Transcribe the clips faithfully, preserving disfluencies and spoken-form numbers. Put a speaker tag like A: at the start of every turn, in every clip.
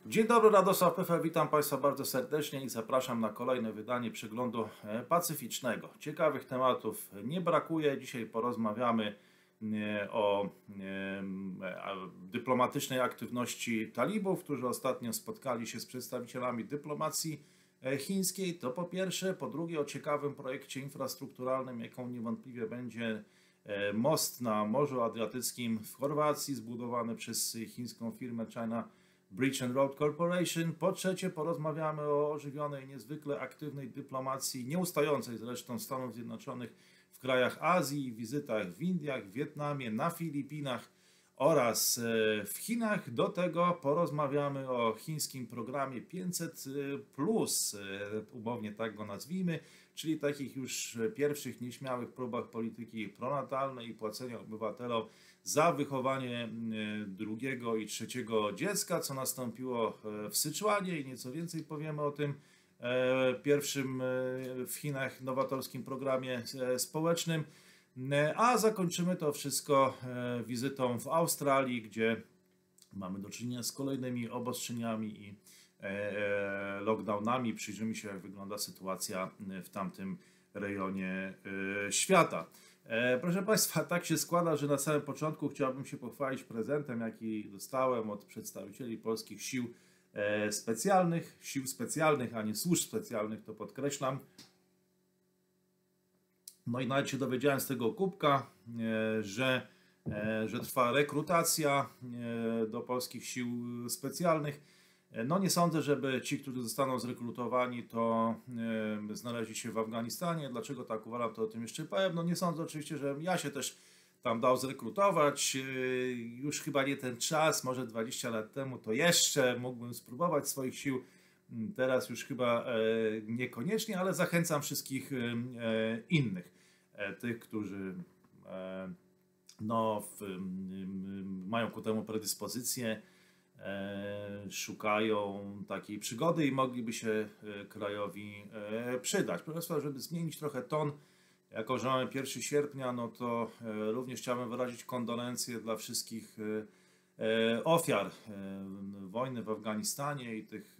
A: Dzień dobry, Radosław P F, witam Państwa bardzo serdecznie i zapraszam na kolejne wydanie Przeglądu Pacyficznego. Ciekawych tematów nie brakuje. Dzisiaj porozmawiamy o dyplomatycznej aktywności talibów, którzy ostatnio spotkali się z przedstawicielami dyplomacji chińskiej. To po pierwsze. Po drugie, o ciekawym projekcie infrastrukturalnym, jaką niewątpliwie będzie most na Morzu Adriatyckim w Chorwacji, zbudowany przez chińską firmę China Bridge and Road Corporation. Po trzecie, porozmawiamy o ożywionej, niezwykle aktywnej dyplomacji, nieustającej zresztą Stanów Zjednoczonych w krajach Azji, wizytach w Indiach, w Wietnamie, na Filipinach oraz w Chinach. Do tego porozmawiamy o chińskim programie pięćset plus, umownie tak go nazwijmy, czyli takich już pierwszych nieśmiałych próbach polityki pronatalnej i płacenia obywatelom za wychowanie drugiego i trzeciego dziecka, co nastąpiło w Syczuanie i nieco więcej powiemy o tym pierwszym w Chinach nowatorskim programie społecznym. A zakończymy to wszystko wizytą w Australii, gdzie mamy do czynienia z kolejnymi obostrzeniami i lockdownami. Przyjrzymy się, jak wygląda sytuacja w tamtym rejonie świata. Proszę Państwa, tak się składa, że na samym początku chciałbym się pochwalić prezentem, jaki dostałem od przedstawicieli polskich sił specjalnych, sił specjalnych, a nie służb specjalnych, to podkreślam. No i nawet się dowiedziałem z tego kubka, że, że trwa rekrutacja do polskich sił specjalnych. No nie sądzę, żeby ci, którzy zostaną zrekrutowani, to e, znaleźli się w Afganistanie. Dlaczego tak uważam, to o tym jeszcze powiem. No nie sądzę oczywiście, że ja się też tam dał zrekrutować. E, już chyba nie ten czas, może dwadzieścia lat temu to jeszcze mógłbym spróbować swoich sił. Teraz już chyba e, niekoniecznie, ale zachęcam wszystkich e, innych, e, tych, którzy e, no, w, m, mają ku temu predyspozycję, szukają takiej przygody i mogliby się krajowi przydać. Proszę Państwa, żeby zmienić trochę ton, jako że mamy pierwszego sierpnia, no to również chciałbym wyrazić kondolencje dla wszystkich ofiar wojny w Afganistanie i tych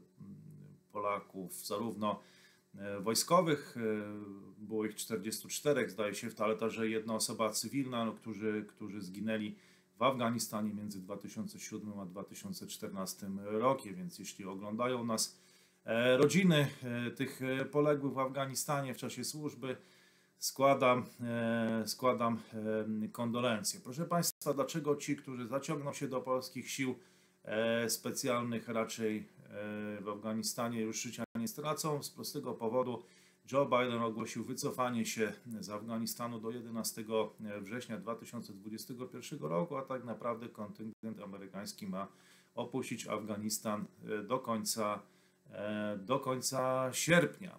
A: Polaków, zarówno wojskowych, było ich czterdziestu czterech, zdaje się, ale także jedna osoba cywilna, no, którzy, którzy zginęli w Afganistanie między dwa tysiące siódmym a dwa tysiące czternastym rokiem, więc jeśli oglądają nas rodziny tych poległych w Afganistanie w czasie służby, składam, składam kondolencje. Proszę Państwa, dlaczego ci, którzy zaciągną się do polskich sił specjalnych, raczej w Afganistanie już życia nie stracą? Z prostego powodu. Joe Biden ogłosił wycofanie się z Afganistanu do jedenastego września dwa tysiące dwudziestego pierwszego roku, a tak naprawdę kontyngent amerykański ma opuścić Afganistan do końca, do końca sierpnia.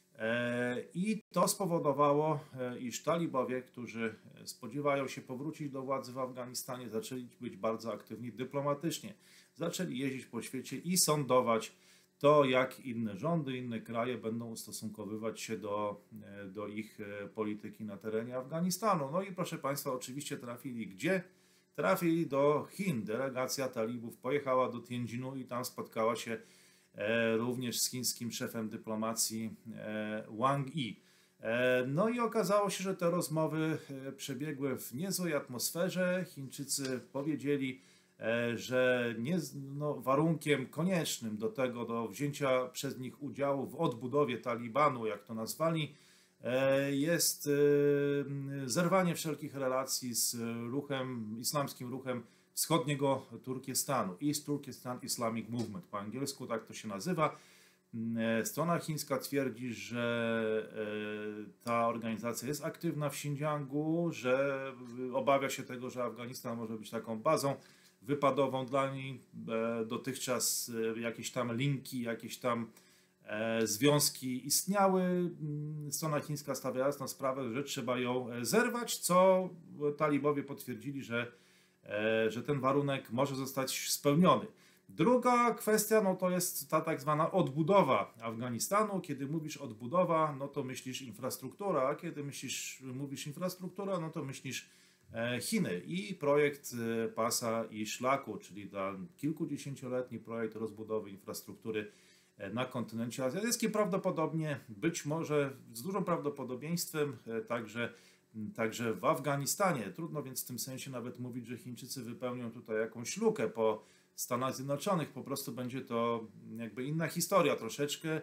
A: I to spowodowało, iż talibowie, którzy spodziewają się powrócić do władzy w Afganistanie, zaczęli być bardzo aktywni dyplomatycznie. Zaczęli jeździć po świecie i sądować to, jak inne rządy, inne kraje będą ustosunkowywać się do, do ich polityki na terenie Afganistanu. No i proszę Państwa, oczywiście trafili gdzie? Trafili do Chin. Delegacja talibów pojechała do Tianjinu i tam spotkała się również z chińskim szefem dyplomacji Wang Yi. No i okazało się, że te rozmowy przebiegły w niezłej atmosferze. Chińczycy powiedzieli, że nie, no, warunkiem koniecznym do tego, do wzięcia przez nich udziału w odbudowie Talibanu, jak to nazwali, jest zerwanie wszelkich relacji z ruchem, islamskim ruchem wschodniego Turkestanu, East Turkestan Islamic Movement, po angielsku tak to się nazywa. Strona chińska twierdzi, że ta organizacja jest aktywna w Xinjiangu, że obawia się tego, że Afganistan może być taką bazą wypadową dla niej. Dotychczas jakieś tam linki, jakieś tam związki istniały. Strona chińska stawia jasno sprawę, że trzeba ją zerwać, co talibowie potwierdzili, że, że ten warunek może zostać spełniony. Druga kwestia, no to jest ta tak zwana odbudowa Afganistanu. Kiedy mówisz odbudowa, no to myślisz infrastruktura, a kiedy myślisz, mówisz infrastruktura, no to myślisz Chiny i projekt Pasa i Szlaku, czyli dla kilkudziesięcioletni projekt rozbudowy infrastruktury na kontynencie azjatyckim, prawdopodobnie, być może z dużym prawdopodobieństwem także, także w Afganistanie. Trudno więc w tym sensie nawet mówić, że Chińczycy wypełnią tutaj jakąś lukę po Stanach Zjednoczonych. Po prostu będzie to jakby inna historia troszeczkę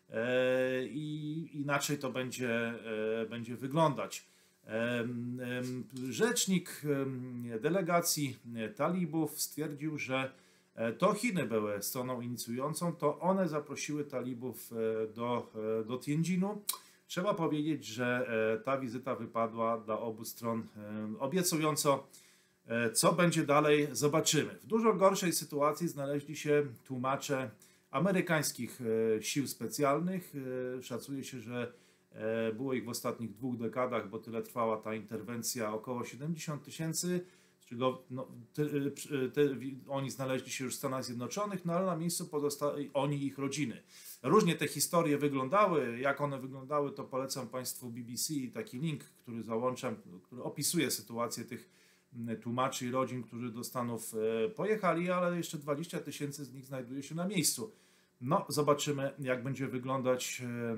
A: i inaczej to będzie, będzie wyglądać. Rzecznik delegacji talibów stwierdził, że to Chiny były stroną inicjującą, to one zaprosiły talibów do, do Tianjinu. Trzeba powiedzieć, że ta wizyta wypadła dla obu stron obiecująco. Co będzie dalej, zobaczymy. W dużo gorszej sytuacji znaleźli się tłumacze amerykańskich sił specjalnych. Szacuje się, że było ich w ostatnich dwóch dekadach, bo tyle trwała ta interwencja, około siedemdziesiąt tysięcy, z czego no, te, te, oni znaleźli się już w Stanach Zjednoczonych, no ale na miejscu pozostali oni i ich rodziny. Różnie te historie wyglądały. Jak one wyglądały, to polecam Państwu B B C i taki link, który załączam, który opisuje sytuację tych tłumaczy i rodzin, którzy do Stanów pojechali, ale jeszcze dwadzieścia tysięcy z nich znajduje się na miejscu. No, zobaczymy, jak będzie wyglądać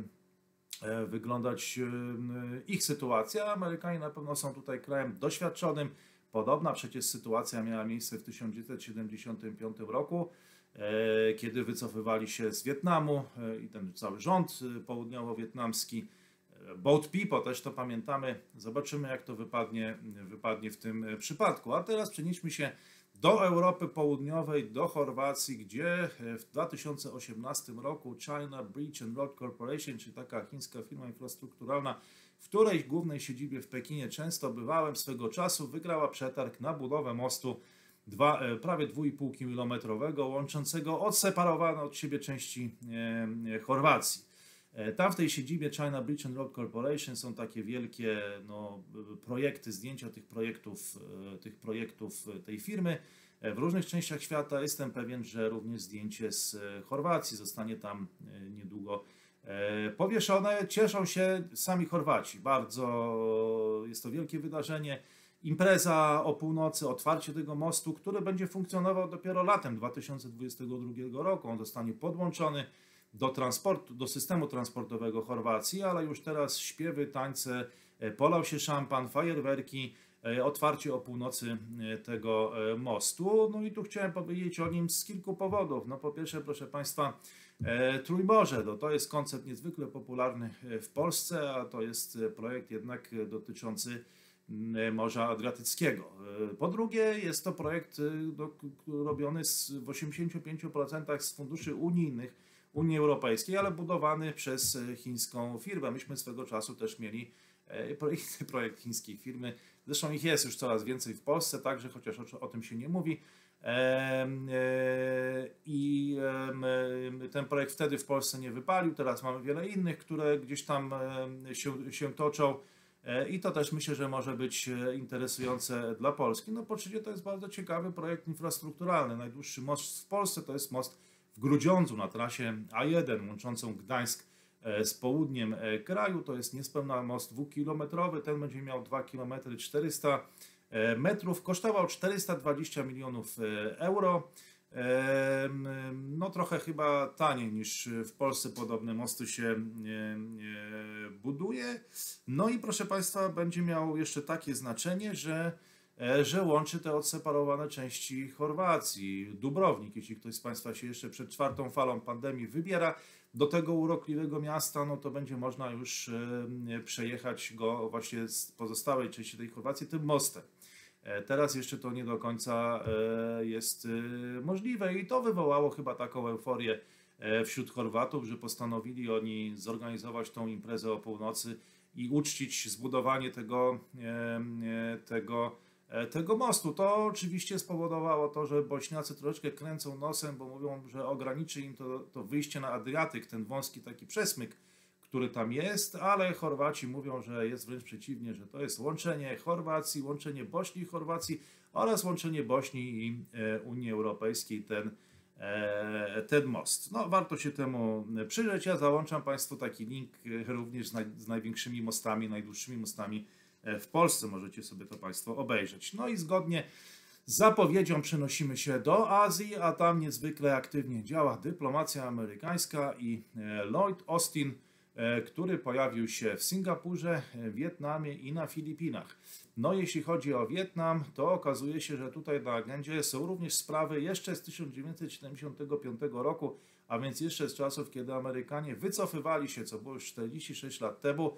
A: wyglądać ich sytuacja. Amerykanie na pewno są tutaj krajem doświadczonym. Podobna przecież sytuacja miała miejsce w tysiąc dziewięćset siedemdziesiątym piątym roku, kiedy wycofywali się z Wietnamu i ten cały rząd południowo-wietnamski. Boat People, też to pamiętamy. Zobaczymy, jak to wypadnie, wypadnie w tym przypadku. A teraz przenieśmy się do Europy Południowej, do Chorwacji, gdzie w dwa tysiące osiemnastym roku China Bridge and Road Corporation, czyli taka chińska firma infrastrukturalna, w której głównej siedzibie w Pekinie często bywałem swego czasu, wygrała przetarg na budowę mostu dwa, prawie dwa i pół kilometrowego, łączącego odseparowane od siebie części Chorwacji. Tam w tej siedzibie China Bridge and Road Corporation są takie wielkie no, projekty, zdjęcia tych projektów, tych projektów tej firmy w różnych częściach świata. Jestem pewien, że również zdjęcie z Chorwacji zostanie tam niedługo powieszone. Cieszą się sami Chorwaci. Bardzo jest to wielkie wydarzenie. Impreza o północy, otwarcie tego mostu, który będzie funkcjonował dopiero latem dwa tysiące dwudziestego drugiego roku. On zostanie podłączony do transportu, do systemu transportowego Chorwacji, ale już teraz śpiewy, tańce, polał się szampan, fajerwerki, otwarcie o północy tego mostu. No i tu chciałem powiedzieć o nim z kilku powodów. No po pierwsze, proszę Państwa, Trójmorze, no to jest koncept niezwykle popularny w Polsce, a to jest projekt jednak dotyczący Morza Adriatyckiego. Po drugie, jest to projekt no, robiony z, w osiemdziesięciu pięciu procentach z funduszy unijnych, Unii Europejskiej, ale budowany przez chińską firmę. Myśmy swego czasu też mieli projekt, projekt chińskiej firmy. Zresztą ich jest już coraz więcej w Polsce, także chociaż o, o tym się nie mówi. I ten projekt wtedy w Polsce nie wypalił. Teraz mamy wiele innych, które gdzieś tam się, się toczą. I to też myślę, że może być interesujące dla Polski. No po trzecie, to jest bardzo ciekawy projekt infrastrukturalny. Najdłuższy most w Polsce to jest most w Grudziądzu na trasie A jeden łączącą Gdańsk z południem kraju. To jest niespełna most dwukilometrowy. Ten będzie miał dwa kilometry czterysta metrów. Kosztował czterysta dwadzieścia milionów euro. No trochę chyba taniej niż w Polsce podobne mosty się buduje. No i proszę Państwa, będzie miał jeszcze takie znaczenie, że że łączy te odseparowane części Chorwacji. Dubrownik, jeśli ktoś z Państwa się jeszcze przed czwartą falą pandemii wybiera do tego urokliwego miasta, no to będzie można już przejechać go właśnie z pozostałej części tej Chorwacji tym mostem. Teraz jeszcze to nie do końca jest możliwe i to wywołało chyba taką euforię wśród Chorwatów, że postanowili oni zorganizować tą imprezę o północy i uczcić zbudowanie tego, tego tego mostu. To oczywiście spowodowało to, że Bośniacy troszeczkę kręcą nosem, bo mówią, że ograniczy im to, to wyjście na Adriatyk, ten wąski taki przesmyk, który tam jest, ale Chorwaci mówią, że jest wręcz przeciwnie, że to jest łączenie Chorwacji, łączenie Bośni i Chorwacji oraz łączenie Bośni i Unii Europejskiej, ten, ten most. No, warto się temu przyjrzeć. Ja załączam Państwu taki link również z, naj, z największymi mostami, najdłuższymi mostami w Polsce. Możecie sobie to Państwo obejrzeć. No i zgodnie z zapowiedzią przenosimy się do Azji, a tam niezwykle aktywnie działa dyplomacja amerykańska i Lloyd Austin, który pojawił się w Singapurze, Wietnamie i na Filipinach. No jeśli chodzi o Wietnam, to okazuje się, że tutaj na agendzie są również sprawy jeszcze z tysiąc dziewięćset siedemdziesiątego piątego roku, a więc jeszcze z czasów, kiedy Amerykanie wycofywali się, co było już czterdzieści sześć lat temu,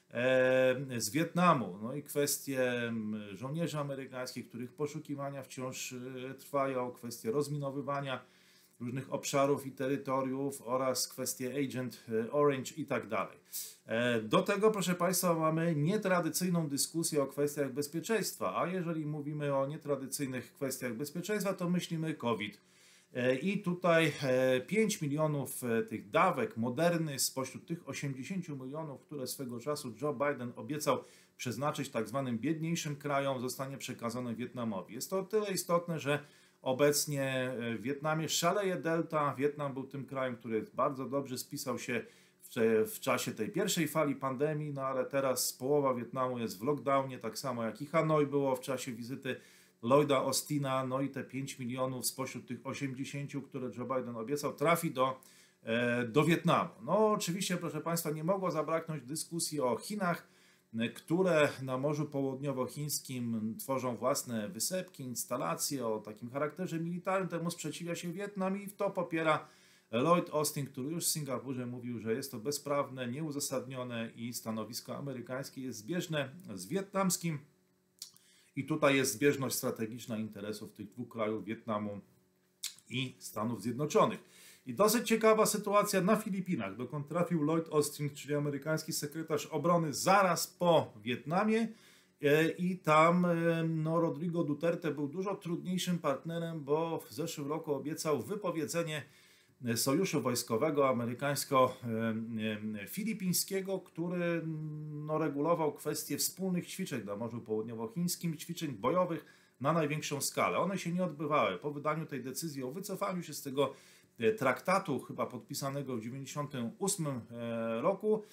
A: z Wietnamu. No i kwestie żołnierzy amerykańskich, których poszukiwania wciąż trwają, kwestie rozminowywania różnych obszarów i terytoriów oraz kwestie Agent Orange i tak dalej. Do tego, proszę Państwa, mamy nietradycyjną dyskusję o kwestiach bezpieczeństwa, a jeżeli mówimy o nietradycyjnych kwestiach bezpieczeństwa, to myślimy COVID. I tutaj pięć milionów tych dawek Moderny spośród tych osiemdziesięciu milionów, które swego czasu Joe Biden obiecał przeznaczyć tak zwanym biedniejszym krajom, zostanie przekazane Wietnamowi. Jest to o tyle istotne, że obecnie w Wietnamie szaleje delta. Wietnam był tym krajem, który bardzo dobrze spisał się w, w czasie tej pierwszej fali pandemii, no ale teraz połowa Wietnamu jest w lockdownie, tak samo jak i Hanoi było w czasie wizyty Lloyda Austina, no i te pięć milionów spośród tych osiemdziesięciu, które Joe Biden obiecał, trafi do, do Wietnamu. No oczywiście, proszę Państwa, nie mogło zabraknąć dyskusji o Chinach, które na Morzu Południowochińskim tworzą własne wysepki, instalacje o takim charakterze militarnym. Temu sprzeciwia się Wietnam i w to popiera Lloyd Austin, który już w Singapurze mówił, że jest to bezprawne, nieuzasadnione i stanowisko amerykańskie jest zbieżne z wietnamskim. I tutaj jest zbieżność strategiczna interesów tych dwóch krajów, Wietnamu i Stanów Zjednoczonych. I dosyć ciekawa sytuacja na Filipinach, dokąd trafił Lloyd Austin, czyli amerykański sekretarz obrony, zaraz po Wietnamie. I tam no, Rodrigo Duterte był dużo trudniejszym partnerem, bo w zeszłym roku obiecał wypowiedzenie sojuszu wojskowego amerykańsko-filipińskiego, który no, regulował kwestie wspólnych ćwiczeń na Morzu Południowochińskim, ćwiczeń bojowych na największą skalę. One się nie odbywały. Po wydaniu tej decyzji o wycofaniu się z tego traktatu, chyba podpisanego w tysiąc dziewięćset dziewięćdziesiątym ósmym roku,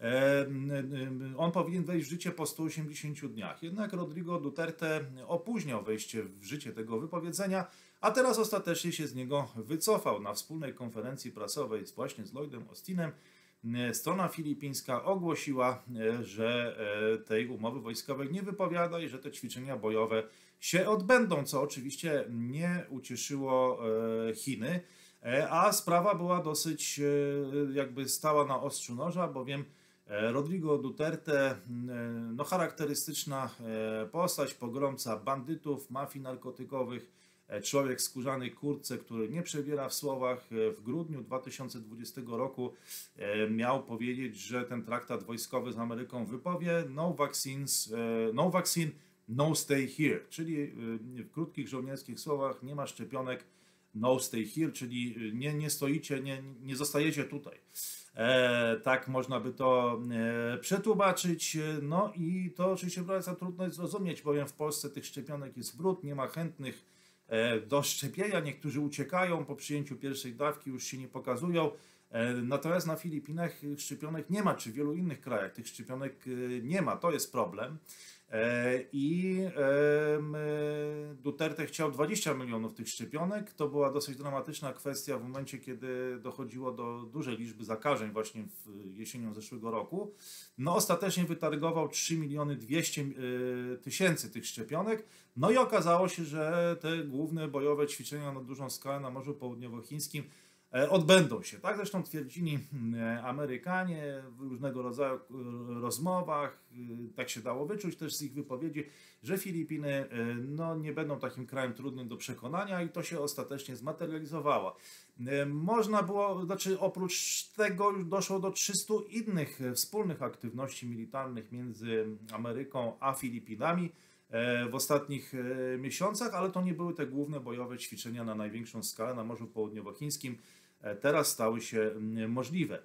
A: on powinien wejść w życie po stu osiemdziesięciu dniach. Jednak Rodrigo Duterte opóźniał wejście w życie tego wypowiedzenia, a teraz ostatecznie się z niego wycofał. Na wspólnej konferencji prasowej właśnie z Lloydem Austinem strona filipińska ogłosiła, że tej umowy wojskowej nie wypowiada i że te ćwiczenia bojowe się odbędą, co oczywiście nie ucieszyło Chiny. A sprawa była dosyć jakby stała na ostrzu noża, bowiem Rodrigo Duterte, no charakterystyczna postać, pogromca bandytów, mafii narkotykowych, człowiek w skórzanej kurtce, który nie przebiera w słowach, w grudniu dwa tysiące dwudziestego roku miał powiedzieć, że ten traktat wojskowy z Ameryką wypowie no vaccines, no vaccine, no stay here, czyli w krótkich żołnierskich słowach nie ma szczepionek, no stay here, czyli nie, nie stoicie, nie, nie zostajecie tutaj. E, tak można by to e, przetłumaczyć. No i to oczywiście bardzo trudno jest zrozumieć, bowiem w Polsce tych szczepionek jest brud, nie ma chętnych e, do szczepienia. Niektórzy uciekają po przyjęciu pierwszej dawki, już się nie pokazują. E, natomiast na Filipinach szczepionek nie ma, czy w wielu innych krajach tych szczepionek e, nie ma. To jest problem. I Duterte chciał dwadzieścia milionów tych szczepionek. To była dosyć dramatyczna kwestia w momencie, kiedy dochodziło do dużej liczby zakażeń właśnie w jesienią zeszłego roku. No ostatecznie wytargował trzy miliony dwieście tysięcy tych szczepionek. No i okazało się, że te główne bojowe ćwiczenia na dużą skalę na Morzu Południowochińskim odbędą się. Tak zresztą twierdzili Amerykanie w różnego rodzaju rozmowach. Tak się dało wyczuć też z ich wypowiedzi, że Filipiny no, nie będą takim krajem trudnym do przekonania i to się ostatecznie zmaterializowało. Można było, znaczy oprócz tego już doszło do trzystu innych wspólnych aktywności militarnych między Ameryką a Filipinami w ostatnich miesiącach, ale to nie były te główne bojowe ćwiczenia na największą skalę na Morzu Południowochińskim. Teraz stały się możliwe.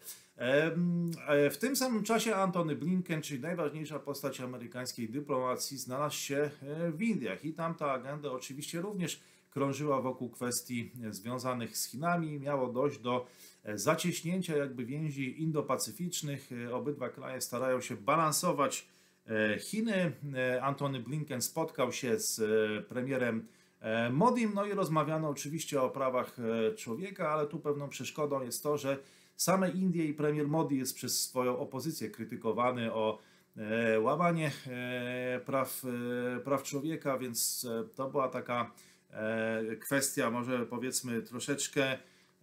A: W tym samym czasie Antony Blinken, czyli najważniejsza postać amerykańskiej dyplomacji, znalazł się w Indiach i tam ta agenda oczywiście również krążyła wokół kwestii związanych z Chinami. Miało dojść do zacieśnięcia jakby więzi indo-pacyficznych. Obydwa kraje starają się balansować Chiny. Antony Blinken spotkał się z premierem Modim, no i rozmawiano oczywiście o prawach człowieka, ale tu pewną przeszkodą jest to, że same Indie i premier Modi jest przez swoją opozycję krytykowany o łamanie praw, praw człowieka, więc to była taka kwestia może powiedzmy troszeczkę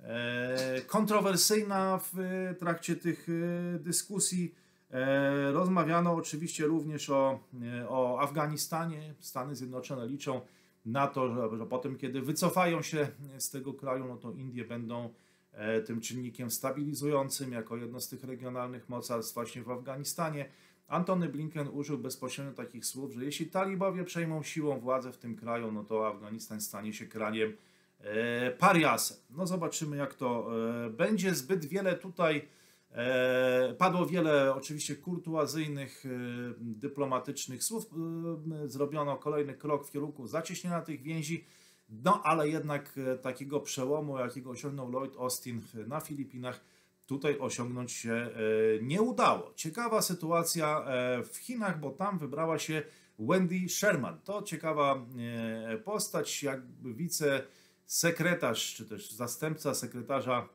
A: kontrowersyjna w trakcie tych dyskusji. Rozmawiano oczywiście również o, o Afganistanie. Stany Zjednoczone liczą na to, że, że potem, kiedy wycofają się z tego kraju, no to Indie będą tym czynnikiem stabilizującym jako jedno z tych regionalnych mocarstw właśnie w Afganistanie. Antony Blinken użył bezpośrednio takich słów, że jeśli talibowie przejmą siłą władzę w tym kraju, no to Afganistan stanie się krajem e, pariasem. No zobaczymy, jak to e, będzie. Zbyt wiele tutaj e, padło wiele oczywiście kurtuazyjnych, e, dyplomatycznych słów. E, zrobiono kolejny krok w kierunku zacieśnienia tych więzi. No ale jednak e, takiego przełomu, jakiego osiągnął Lloyd Austin na Filipinach, tutaj osiągnąć się nie udało. Ciekawa sytuacja w Chinach, bo tam wybrała się Wendy Sherman. To ciekawa postać, jakby wicesekretarz, czy też zastępca sekretarza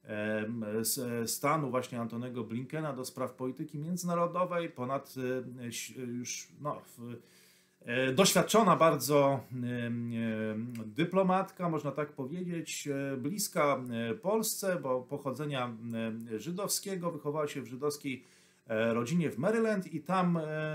A: stanu właśnie Antonego Blinkena do spraw polityki międzynarodowej, ponad już no, doświadczona bardzo dyplomatka, można tak powiedzieć, bliska Polsce, bo pochodzenia żydowskiego, wychowała się w żydowskiej rodzinie w Maryland i tam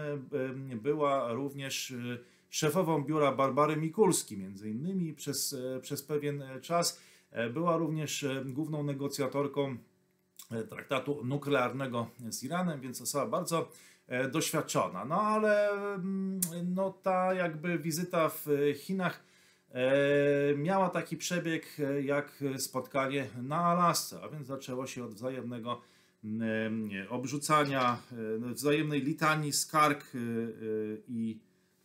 A: była również szefową biura Barbary Mikulski, między innymi przez, przez pewien czas. Była również główną negocjatorką traktatu nuklearnego z Iranem, więc osoba bardzo doświadczona. No ale no, ta jakby wizyta w Chinach miała taki przebieg jak spotkanie na Alasce, a więc zaczęło się od wzajemnego obrzucania, wzajemnej litanii skarg i,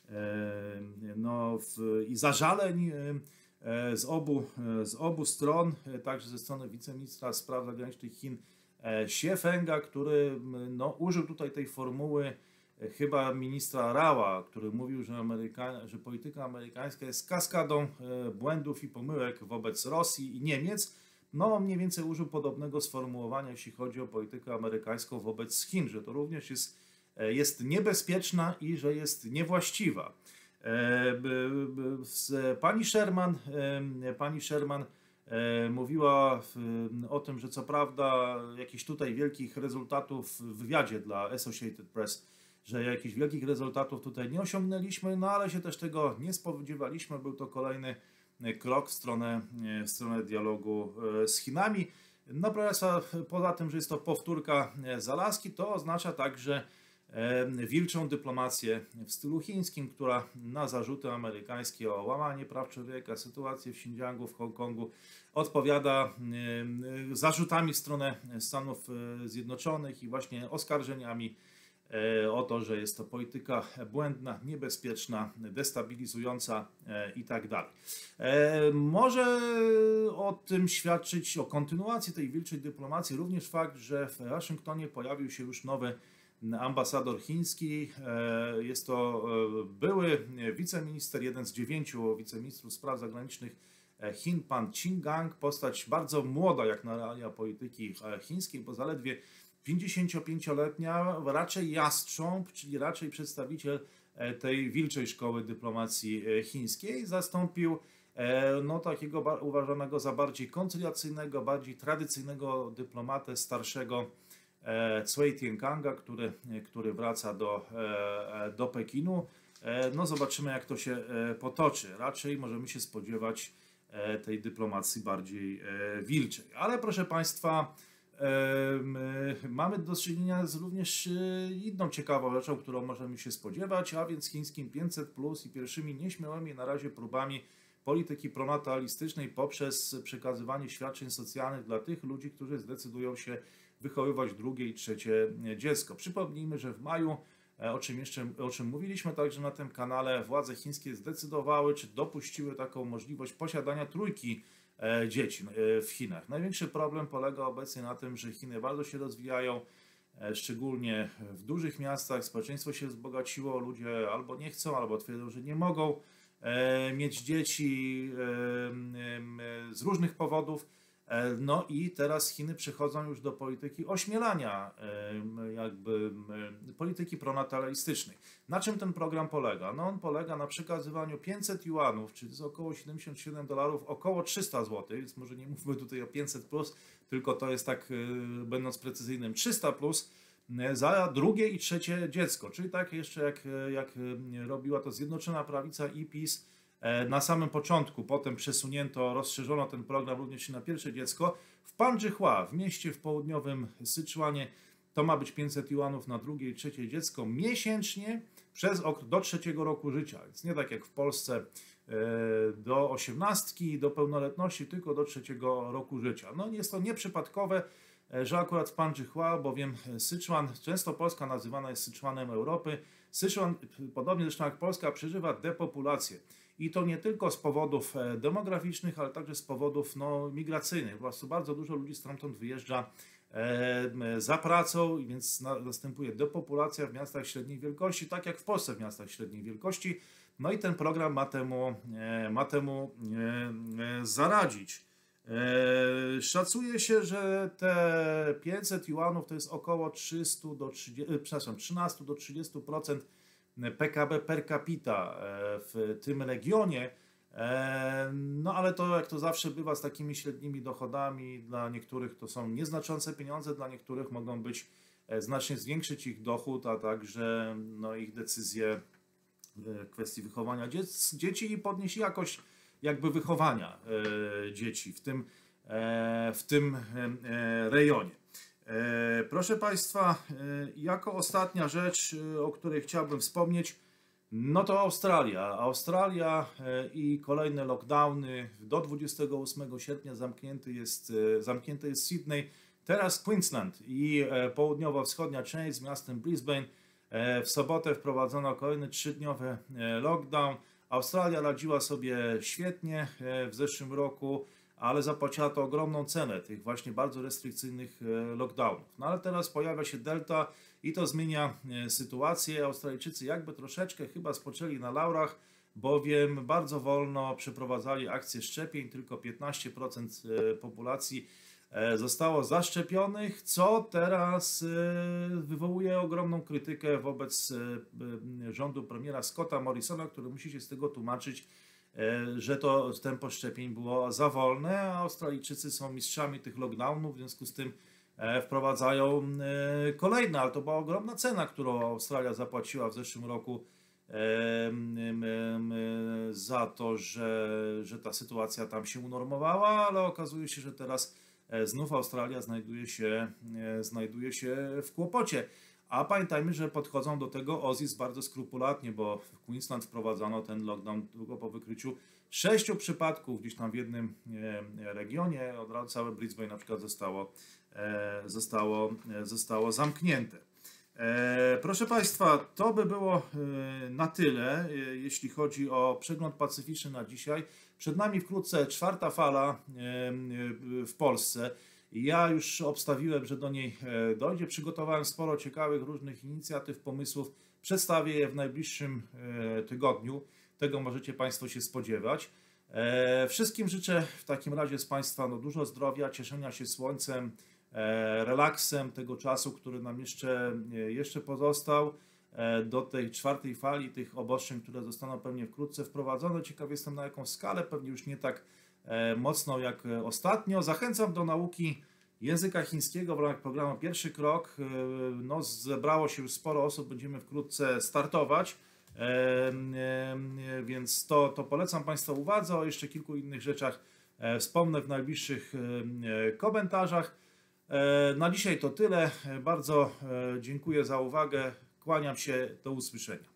A: no, i zażaleń z obu, z obu stron, także ze strony wiceministra spraw zagranicznych Chin Xie Fenga, który no, użył tutaj tej formuły chyba ministra Raua, który mówił, że, Ameryka, że polityka amerykańska jest kaskadą błędów i pomyłek wobec Rosji i Niemiec. No mniej więcej użył podobnego sformułowania, jeśli chodzi o politykę amerykańską wobec Chin, że to również jest, jest niebezpieczna i że jest niewłaściwa. Pani Sherman, pani Sherman mówiła o tym, że co prawda jakichś tutaj wielkich rezultatów w wywiadzie dla Associated Press, że jakichś wielkich rezultatów tutaj nie osiągnęliśmy, no ale się też tego nie spodziewaliśmy. Był to kolejny krok w stronę, w stronę dialogu z Chinami. No proszę Państwa, poza tym, że jest to powtórka z Alaski, to oznacza także wilczą dyplomację w stylu chińskim, która na zarzuty amerykańskie o łamanie praw człowieka, sytuację w Xinjiangu, w Hongkongu odpowiada zarzutami w stronę Stanów Zjednoczonych i właśnie oskarżeniami o to, że jest to polityka błędna, niebezpieczna, destabilizująca i tak dalej. Może o tym świadczyć, o kontynuacji tej wilczej dyplomacji również fakt, że w Waszyngtonie pojawił się już nowy ambasador chiński. Jest to były wiceminister, jeden z dziewięciu wiceministrów spraw zagranicznych Chin, pan Qin Gang, postać bardzo młoda jak na realia polityki chińskiej, bo zaledwie pięćdziesięciopięcioletnia, raczej jastrząb, czyli raczej przedstawiciel tej wilczej szkoły dyplomacji chińskiej, zastąpił no, takiego uważanego za bardziej koncyliacyjnego, bardziej tradycyjnego dyplomatę starszego Cui Tiankanga, który, który wraca do, do Pekinu. No zobaczymy, jak to się potoczy. Raczej możemy się spodziewać tej dyplomacji bardziej wilczej. Ale proszę Państwa, mamy do czynienia z również inną ciekawą rzeczą, którą możemy się spodziewać, a więc chińskim pięćset plus i pierwszymi nieśmiałymi na razie próbami polityki pronatalistycznej poprzez przekazywanie świadczeń socjalnych dla tych ludzi, którzy zdecydują się wychowywać drugie i trzecie dziecko. Przypomnijmy, że w maju, o czym jeszcze o czym mówiliśmy także na tym kanale, władze chińskie zdecydowały, czy dopuściły taką możliwość posiadania trójki dzieci w Chinach. Największy problem polega obecnie na tym, że Chiny bardzo się rozwijają, szczególnie w dużych miastach. Społeczeństwo się wzbogaciło, ludzie albo nie chcą, albo twierdzą, że nie mogą mieć dzieci z różnych powodów. No i teraz Chiny przechodzą już do polityki ośmielania, jakby polityki pronatalistycznej. Na czym ten program polega? No on polega na przekazywaniu pięćset juanów, czyli to jest około siedemdziesiąt siedem dolarów, około trzysta złotych, więc może nie mówmy tutaj o pięćset plus, tylko to jest tak, będąc precyzyjnym, trzysta plus za drugie i trzecie dziecko. Czyli tak jeszcze jak, jak robiła to Zjednoczona Prawica i PiS na samym początku, potem przesunięto, rozszerzono ten program również na pierwsze dziecko. W Pandżychła, w mieście w południowym Syczuanie, to ma być pięćset juanów na drugie i trzecie dziecko miesięcznie przez okres do trzeciego roku życia. Więc nie tak jak w Polsce do osiemnastki, do pełnoletności, tylko do trzeciego roku życia. No jest to nieprzypadkowe, że akurat w Pandżychła, bowiem Syczuan, często Polska nazywana jest Syczuanem Europy. Syczuan, podobnie zresztą jak Polska, przeżywa depopulację. I to nie tylko z powodów demograficznych, ale także z powodów no, migracyjnych. Po prostu bardzo dużo ludzi stamtąd wyjeżdża e, za pracą, więc na, następuje depopulacja w miastach średniej wielkości, tak jak w Polsce w miastach średniej wielkości. No i ten program ma temu, e, ma temu e, e, zaradzić. E, szacuje się, że te pięćset juanów to jest około trzysta do trzydziestu, przepraszam, trzynaście do trzydziestu procent P K B per capita w tym regionie, no ale to jak to zawsze bywa z takimi średnimi dochodami, dla niektórych to są nieznaczące pieniądze, dla niektórych mogą być znacznie zwiększyć ich dochód, a także no, ich decyzje w kwestii wychowania dzieci i podnieść jakość jakby wychowania dzieci w tym, w tym rejonie. Proszę Państwa, jako ostatnia rzecz, o której chciałbym wspomnieć, no to Australia. Australia i kolejne lockdowny. Do dwudziestego ósmego sierpnia zamknięty jest, zamknięty jest Sydney, teraz Queensland i południowo-wschodnia część z miastem Brisbane. W sobotę wprowadzono kolejny trzydniowy lockdown. Australia radziła sobie świetnie w zeszłym roku, ale zapłaciła to ogromną cenę tych właśnie bardzo restrykcyjnych lockdownów. No ale teraz pojawia się Delta i to zmienia sytuację. Australijczycy jakby troszeczkę chyba spoczęli na laurach, bowiem bardzo wolno przeprowadzali akcję szczepień, tylko piętnaście procent populacji zostało zaszczepionych, co teraz wywołuje ogromną krytykę wobec rządu premiera Scotta Morrisona, który musi się z tego tłumaczyć, że to tempo szczepień było za wolne, a Australijczycy są mistrzami tych lockdownów, w związku z tym wprowadzają kolejne, ale to była ogromna cena, którą Australia zapłaciła w zeszłym roku za to, że, że ta sytuacja tam się unormowała, ale okazuje się, że teraz znów Australia znajduje się, znajduje się w kłopocie. A pamiętajmy, że podchodzą do tego Aussies bardzo skrupulatnie, bo w Queensland wprowadzono ten lockdown tylko po wykryciu sześciu przypadków gdzieś tam w jednym regionie. Od razu całe Brisbane na przykład zostało, zostało, zostało zamknięte. Proszę Państwa, to by było na tyle, jeśli chodzi o przegląd pacyficzny na dzisiaj. Przed nami wkrótce czwarta fala w Polsce. Ja już obstawiłem, że do niej dojdzie. Przygotowałem sporo ciekawych różnych inicjatyw, pomysłów. Przedstawię je w najbliższym tygodniu. Tego możecie Państwo się spodziewać. Wszystkim życzę w takim razie z Państwa no, dużo zdrowia, cieszenia się słońcem, relaksem tego czasu, który nam jeszcze, jeszcze pozostał do tej czwartej fali, tych obostrzeń, które zostaną pewnie wkrótce wprowadzone. Ciekaw jestem, na jaką skalę, pewnie już nie tak mocno jak ostatnio. Zachęcam do nauki języka chińskiego w ramach programu Pierwszy Krok. No, zebrało się już sporo osób, będziemy wkrótce startować, więc to, to polecam Państwa uwadze. O jeszcze kilku innych rzeczach wspomnę w najbliższych komentarzach. Na dzisiaj to tyle. Bardzo dziękuję za uwagę. Kłaniam się. Do usłyszenia.